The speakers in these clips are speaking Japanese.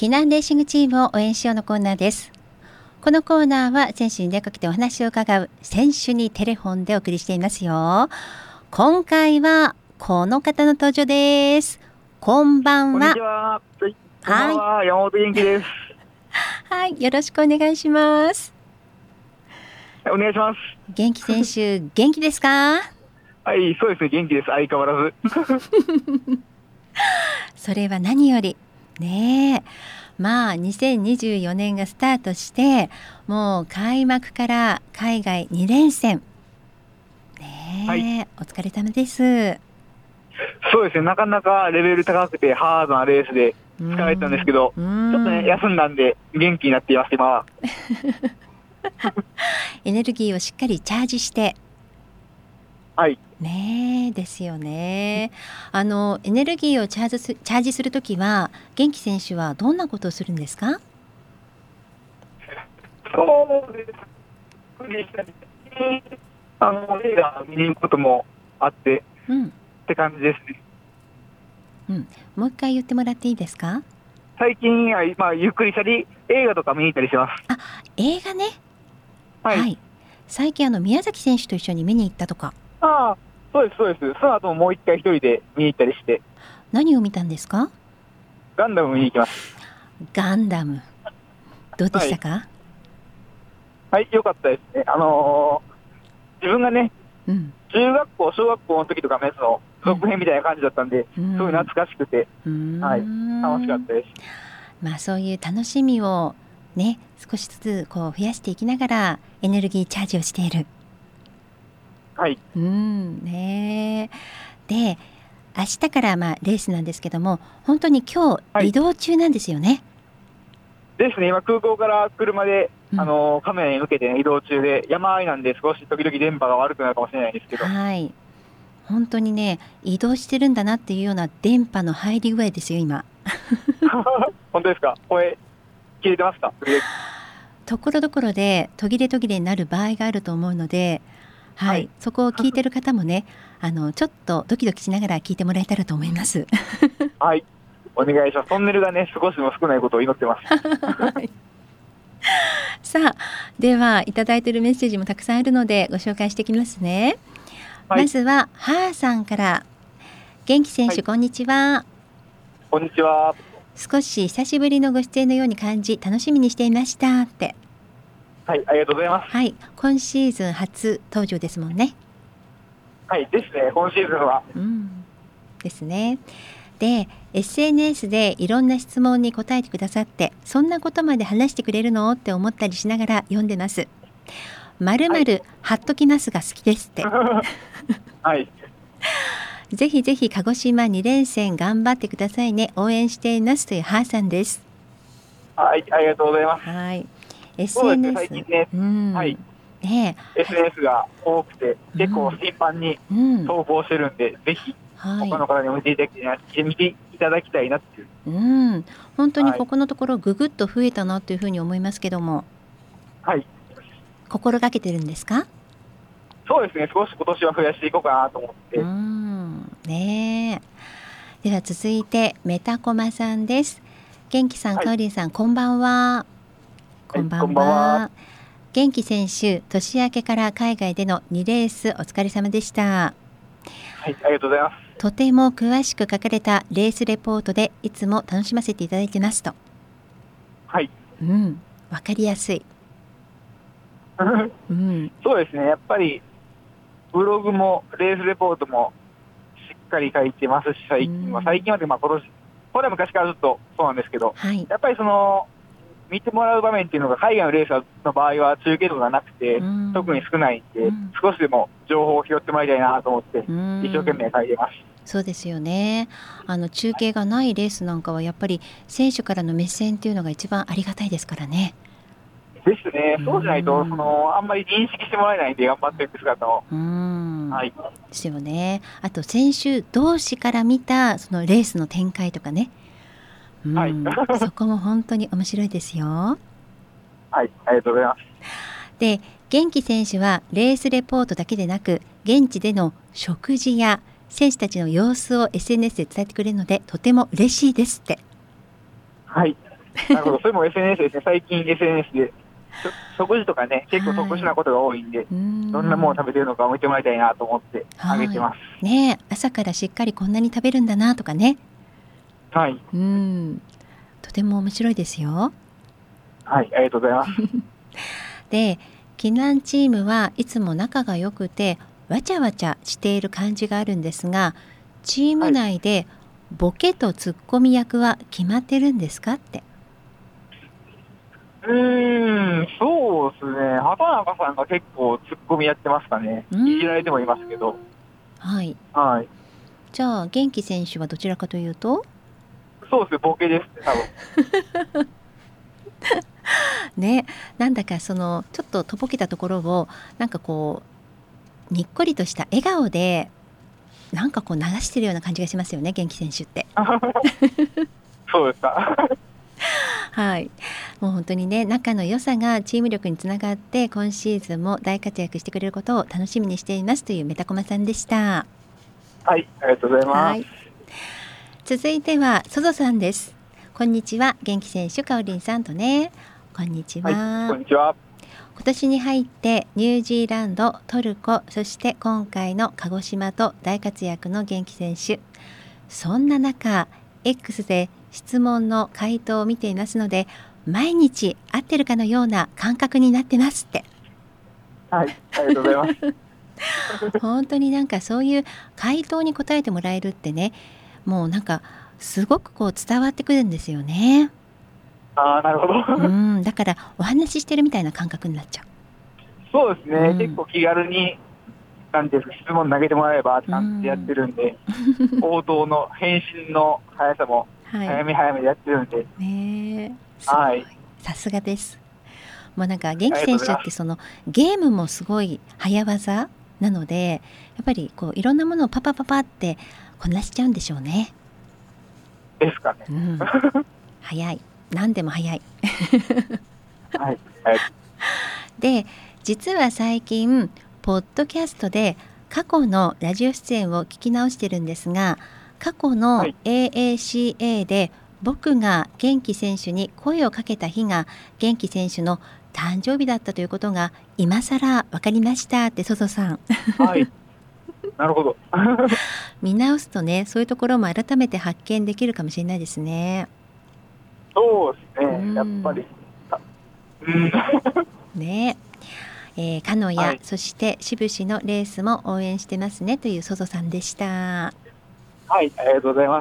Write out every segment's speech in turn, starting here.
避難レーシングチームを応援しようのコーナーです。このコーナーは選手に出かけてお話を伺う選手にテレフォンでお送りしていますよ。今回はこの方の登場です。こんばんは。 こんにちは。こんばんは。山本元気です。 はい、よろしくお願いします。 お願いします。 元気選手元気ですか？ はい、そうですね、元気です。相変わらず。 それは何よりねえ。2024年がスタートして、もう開幕から海外2連戦ねえ、はい、お疲れ様です。 そうですね、なかなかレベル高くてハードなレースで疲れたんですけど、ちょっとね、休んだんで元気になっています、今は。 エネルギーをしっかりチャージして、 はい。 ねえですよね。エネルギーをチャージするときは、元気選手はどんなことをするんですか？ そうです。映画見に行くこともあって、って感じですね。 もう一回言ってもらっていいですか？ 最近は、ゆっくりしたり映画とか見に行ったりします。 あ、映画ね。 はい、 はい、最近宮崎選手と一緒に見に行ったとか。 ああ、そうですそうです。その後ももう一回一人で見に行ったりして。 何を見たんですか？ ガンダム見に行きます。 ガンダムどうでしたか？ はい、良かったですね。自分がね、中学校、小学校の時とかのやつの続編みたいな感じだったんで、すごい懐かしくて、はい、楽しかったです。 そういう楽しみをね、少しずつこう増やしていきながらエネルギーチャージをしている。 はい。 ね。で、明日からレースなんですけども、本当に今日移動中なんですよね。 ですね、今空港から車で、カメラに向けて、移動中で、山あいなんで少し時々電波が悪くなるかもしれないですけど。 はい。本当にね、移動してるんだなっていうような電波の入り具合ですよ今。 本当ですか？声切れてますか？ ところどころで途切れになる場合があると思うので、はい、そこを聞いてる方もね、ちょっとドキドキしながら聞いてもらえたらと思います。 はい、お願いします。トンネルがね、少しでも少ないことを祈ってます。 はい、さあ、ではいただいているメッセージもたくさんあるのでご紹介していきますね。はい、まずはハーさんから。元気選手、こんにちは。 こんにちは。 少し久しぶりのご出演のように感じ、楽しみにしていましたって。 はい、ありがとうございます。 はい、今シーズン初登場ですもんね。 はいですね、今シーズンは。 ですね。で、SNS でいろんな質問に答えてくださって、そんなことまで話してくれるのって思ったりしながら読んでます。〇〇貼っときますが好きですって。 はい。 ぜひぜひ鹿児島2連戦頑張ってくださいね。応援していますというハーさんです。 はい、ありがとうございます。 はい。 そうですね、最近ね、はい。SNS が多くて、結構頻繁に投稿してるんで、ぜひ他の方にも見ていただきたいなっていう。 本当にここのところぐぐっと増えたなというふうに思いますけども。 はい。 心がけてるんですか？ そうですね、少し今年は増やしていこうかなと思って。 ねえ。では続いてメタコマさんです。元気さん、かおりんさん、こんばんは。こんばんは。元気選手、年明けから海外での2レースお疲れ様でした。 はい、ありがとうございます。 とても詳しく書かれたレースレポートでいつも楽しませていただいてますと。 はい。 わかりやすい。 そうですね、やっぱりブログもレースレポートもしっかり書いてますし、最近は今年、これは昔からずっとそうなんですけど、やっぱり見てもらう場面っていうのが海外のレースの場合は中継とかがなくて、特に少ないんで、少しでも情報を拾ってもらいたいなと思って、一生懸命書いてます。 そうですよね。中継がないレースなんかはやっぱり選手からの目線っていうのが一番ありがたいですからね。 ですね。そうじゃないとあんまり認識してもらえないんで、頑張っていく姿を。 はい。ですよね。あと選手同士から見たそのレースの展開とかね。はい。そこも本当に面白いですよ。 はい、ありがとうございます。 で、元気選手はレースレポートだけでなく、現地での食事や選手たちの様子を SNS で伝えてくれるので、とても嬉しいですって。 はい。 なるほど、それも SNS ですね。最近 SNS で食事とかね、結構特殊なことが多いんで、はい、どんなものを食べてるのかを見てもらいたいなと思ってあげてます。 ね、朝からしっかりこんなに食べるんだなとかね。 はい。 とても面白いですよ。 はい、ありがとうございます。 で、避難チームはいつも仲が良くてわちゃわちゃしている感じがあるんですが、チーム内でボケとツッコミ役は決まってるんですかって。 そうですね。畑中さんが結構ツッコミやってますかね。いじられてもいますけど。 はい。 はい。 じゃあ元気選手はどちらかというと。 そうですね、ボケですね、多分。 ね、なんだかそのちょっととぼけたところをなんかこうにっこりとした笑顔でなんかこう流してるような感じがしますよね、元気選手って。 そうですか。 はい、もう本当にね、仲の良さがチーム力につながって今シーズンも大活躍してくれることを楽しみにしていますというメタコマさんでした。 はい、ありがとうございます。はい、 続いてはソゾさんです。こんにちは、元気選手かおりんさんとね。こんにちは。 はい、こんにちは。 今年に入ってニュージーランド、トルコ、そして今回の鹿児島と大活躍の元気選手。そんな中 X で質問の回答を見ていますので、毎日会ってるかのような感覚になってますって。 はい、ありがとうございます本当になんかそういう回答に答えてもらえるってね、もうなんかすごくこう伝わってくるんですよね。 なるほど。 だからお話ししてるみたいな感覚になっちゃう。 そうですね、結構気軽になんていうか質問投げてもらえばって感じでやってるんで、応答の返信の速さも早め早めでやってるんで、 ね、 はい、 さすがです。もうなんか元気選手ってそのゲームもすごい早技なので、やっぱりこういろんなものをパパパパってこなしちゃうんでしょうね。 ですかね。 早い、何でも早い。 はい。 で、実は最近ポッドキャストで過去のラジオ出演を聞き直してるんですが、過去の AACA で僕が元気選手に声をかけた日が元気選手の誕生日だったということが今更分かりましたってソソさん。 はい。なるほど。 見直すとね、そういうところも改めて発見できるかもしれないですね。 そうですね。やっぱり。 ね。鹿屋、そして志布志のレースも応援してますねというソゾさんでした。 はい、ありがとうございます。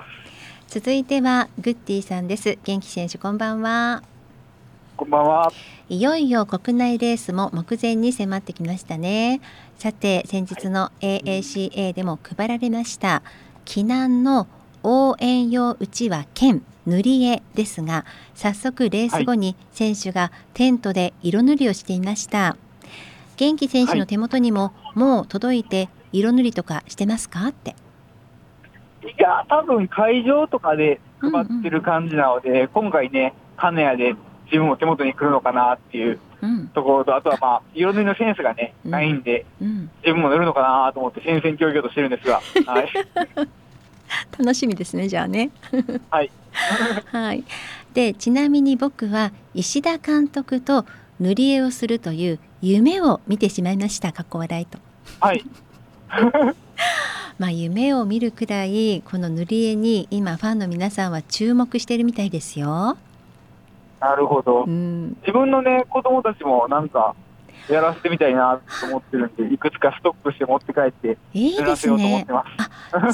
続いてはグッディさんです。元気選手こんばんは。 こんばんは。 いよいよ国内レースも目前に迫ってきましたね。さて先日の AACA でも配られました避難の応援用うちわ兼塗り絵ですが、早速レース後に選手がテントで色塗りをしていました。元気選手の手元にももう届いて色塗りとかしてますかって。 いや、多分会場とかで配ってる感じなので、今回ね、金谷で自分も手元に来るのかなっていうところと、あとはまあ色塗りのセンスがね、ないんで、自分も塗るのかなと思って戦々恐々としてるんですが、はい、 楽しみですね、じゃあね。 はいはい。で、ちなみに僕は石田監督と塗り絵をするという夢を見てしまいました。かっこ笑いと。 はい。 まあ夢を見るくらいこの塗り絵に今ファンの皆さんは注目しているみたいですよ。 なるほど。自分のね子供たちもなんかやらせてみたいなと思ってるんで、いくつかストックして持って帰って塗らせようと思ってます。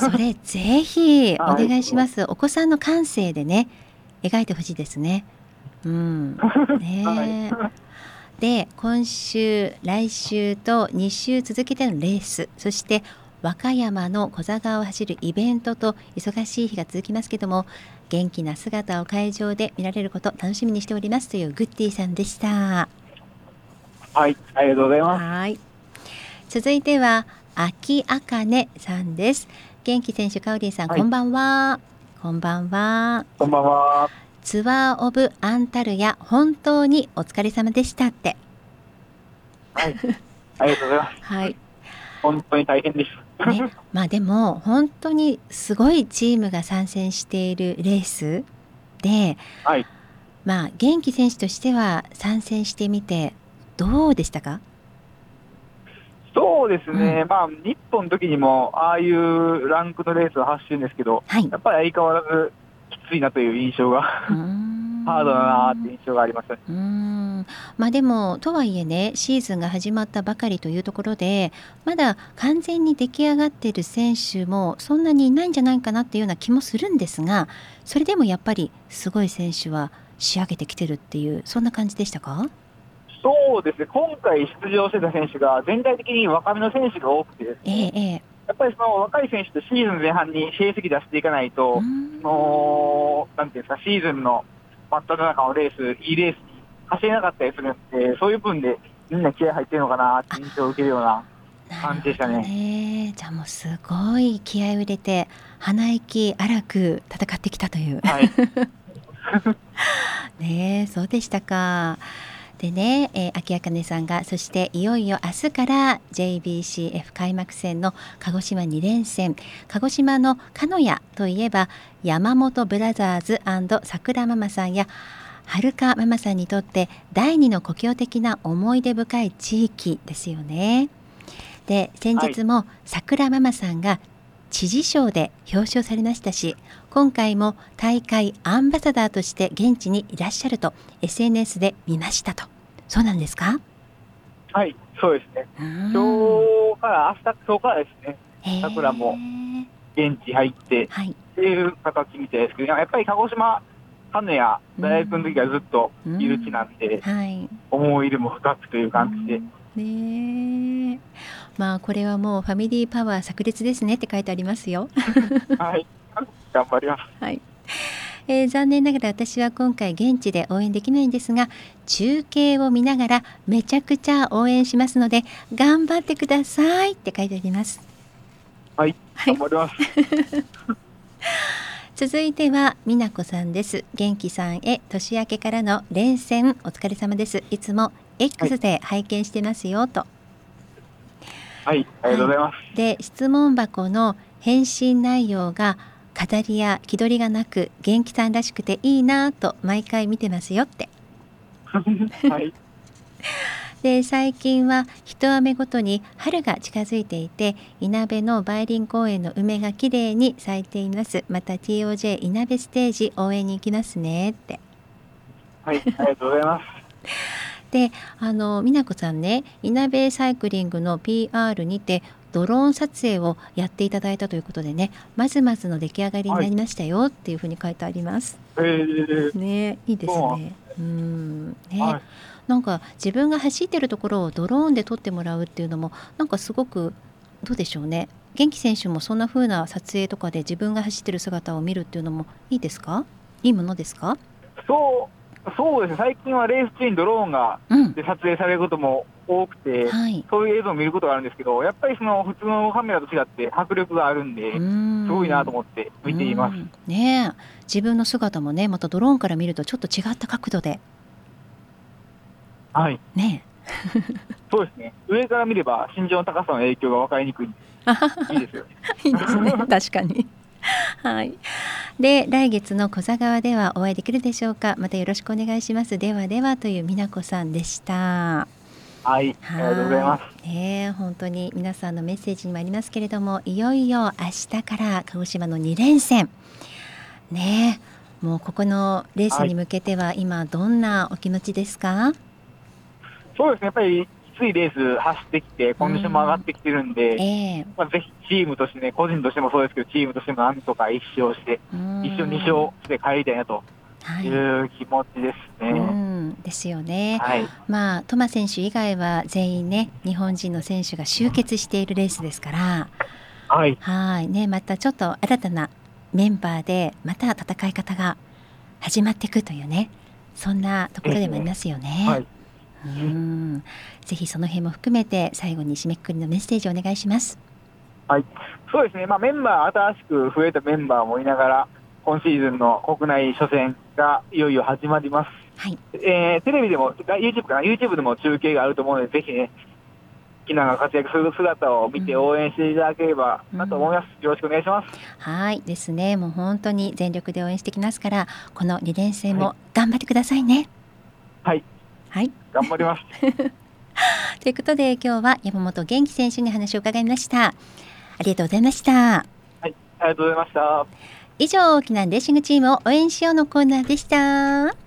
それぜひお願いします。お子さんの感性でね描いてほしいですね。ねで、今週来週と2週続けてのレース、そして和歌山の小座川を走るイベントと忙しい日が続きますけども、元気な姿を会場で見られること楽しみにしておりますというグッディさんでした。 はい、ありがとうございます。 はい。続いては秋あかねさんです。元気選手カウリーさん、こんばんは。こんばんは。 こんばんは。 ツアーオブアンタルヤ本当にお疲れ様でしたって。 はい、ありがとうございます。 はい。 本当に大変です。 ね、まあでも本当にすごいチームが参戦しているレースで、 元気選手としては参戦してみてどうでしたか？ そうですね、日本の時にもああいうランクのレースを走るんですけど、やっぱり相変わらずきついなという印象がハードだなという印象がありました。 でもとはいえね、シーズンが始まったばかりというところで、まだ完全に出来上がっている選手もそんなにいないんじゃないかなっていうような気もするんですが、それでもやっぱりすごい選手は仕上げてきてるっていう、そんな感じでしたか？ そうですね、今回出場してた選手が全体的に若めの選手が多くてですね、やっぱりその若い選手とシーズン前半に成績出していかないと、なんていうんですか、シーズンの真っ只中のレース、いいレースに走れなかったりするんで、そういう分でみんな気合入ってるのかなって印象を受けるような感じでしたね。 じゃあもうすごい気合を入れて、鼻息荒く戦ってきたという。 はいね、そうでしたか。でね、秋茜さんがそしていよいよ明日から JBCF 開幕戦の鹿児島2連戦、鹿児島の鹿屋といえば山本ブラザーズ&桜ママさんやはるかママさんにとって第二の故郷的な思い出深い地域ですよね。で、先日も桜ママさんが知事賞で表彰されましたし、今回も大会アンバサダーとして現地にいらっしゃると SNS で見ましたと。そうなんですか？ はい、そうですね。今日からですね、桜も現地入って、っていう形みたいですけど、やっぱり鹿児島鹿屋大学の時はずっといる地なんで、思い入れも深くという感じで。 これはもうファミリーパワー炸裂ですねって書いてありますよ。 はい、頑張ります。 はい。残念ながら私は今回現地で応援できないんですが、中継を見ながらめちゃくちゃ応援しますので頑張ってくださいって書いてあります。 はい、頑張ります。 続いては美奈子さんです。元気さんへ年明けからの連戦お疲れ様です。いつも X で拝見してますよと。 はい、ありがとうございます。 で、質問箱の返信内容が飾りや気取りがなく元気さんらしくていいなと毎回見てますよって。 はい。 で、最近は一雨ごとに春が近づいていて、いなべの梅林公園の梅がきれいに咲いています。また TOJ いなべステージ応援に行きますねって。 はい、ありがとうございます。 で、美奈子さんね、いなべサイクリングの PR にてドローン撮影をやっていただいたということでね、まずまずの出来上がりになりましたよっていうふうに書いてあります。ね、いいですね。ね、なんか自分が走ってるところをドローンで撮ってもらうっていうのもなんかすごくどうでしょうね。元気選手もそんな風な撮影とかで自分が走ってる姿を見るっていうのもいいですか？いいものですか？ そうですね、最近はレース中にドローンがで撮影されることも多くて、そういう映像を見ることがあるんですけど、やっぱりその普通のカメラと違って迫力があるんで、すごいなと思って見ています。 ね、自分の姿もね、またドローンから見るとちょっと違った角度で。 はい。 ね。 そうですね。上から見れば身長の高さの影響が分かりにくい。いいですよね。 いいですね。確かに。はい。で、来月の小座川ではお会いできるでしょうか。またよろしくお願いします。ではではという美奈子さんでした。 はい、ありがとうございます。 本当に皆さんのメッセージにもありますけれども、いよいよ明日から鹿児島の2連戦。ね、もうここのレースに向けては今どんなお気持ちですか？ そうですね、やっぱりきついレース走ってきて、コンディションも上がってきてるんで、ぜひチームとしてね、個人としてもそうですけど、チームとしてもなんとか1勝して、1勝2勝して帰りたいなという気持ちですね。 ですよね。トマ選手以外は全員ね、日本人の選手が集結しているレースですから、ね、またちょっと新たなメンバーでまた戦い方が始まっていくというね、そんなところでもありますよね。ぜひその辺も含めて最後に締めくくりのメッセージをお願いします。 はい、そうですね、メンバー新しく増えたメンバーもいながら今シーズンの国内初戦がいよいよ始まります。テレビでも YouTube でも中継があると思うので、ぜひねキナが活躍する姿を見て応援していただければなと思います。よろしくお願いします。 はいですね。もう本当に全力で応援してきますから、この2連戦も頑張ってくださいね。 はい。 はい。 頑張ります。 ということで今日は山本元気選手に話を伺いました。ありがとうございました。 はい、ありがとうございました。 以上、沖縄レーシングチームを応援しようのコーナーでした。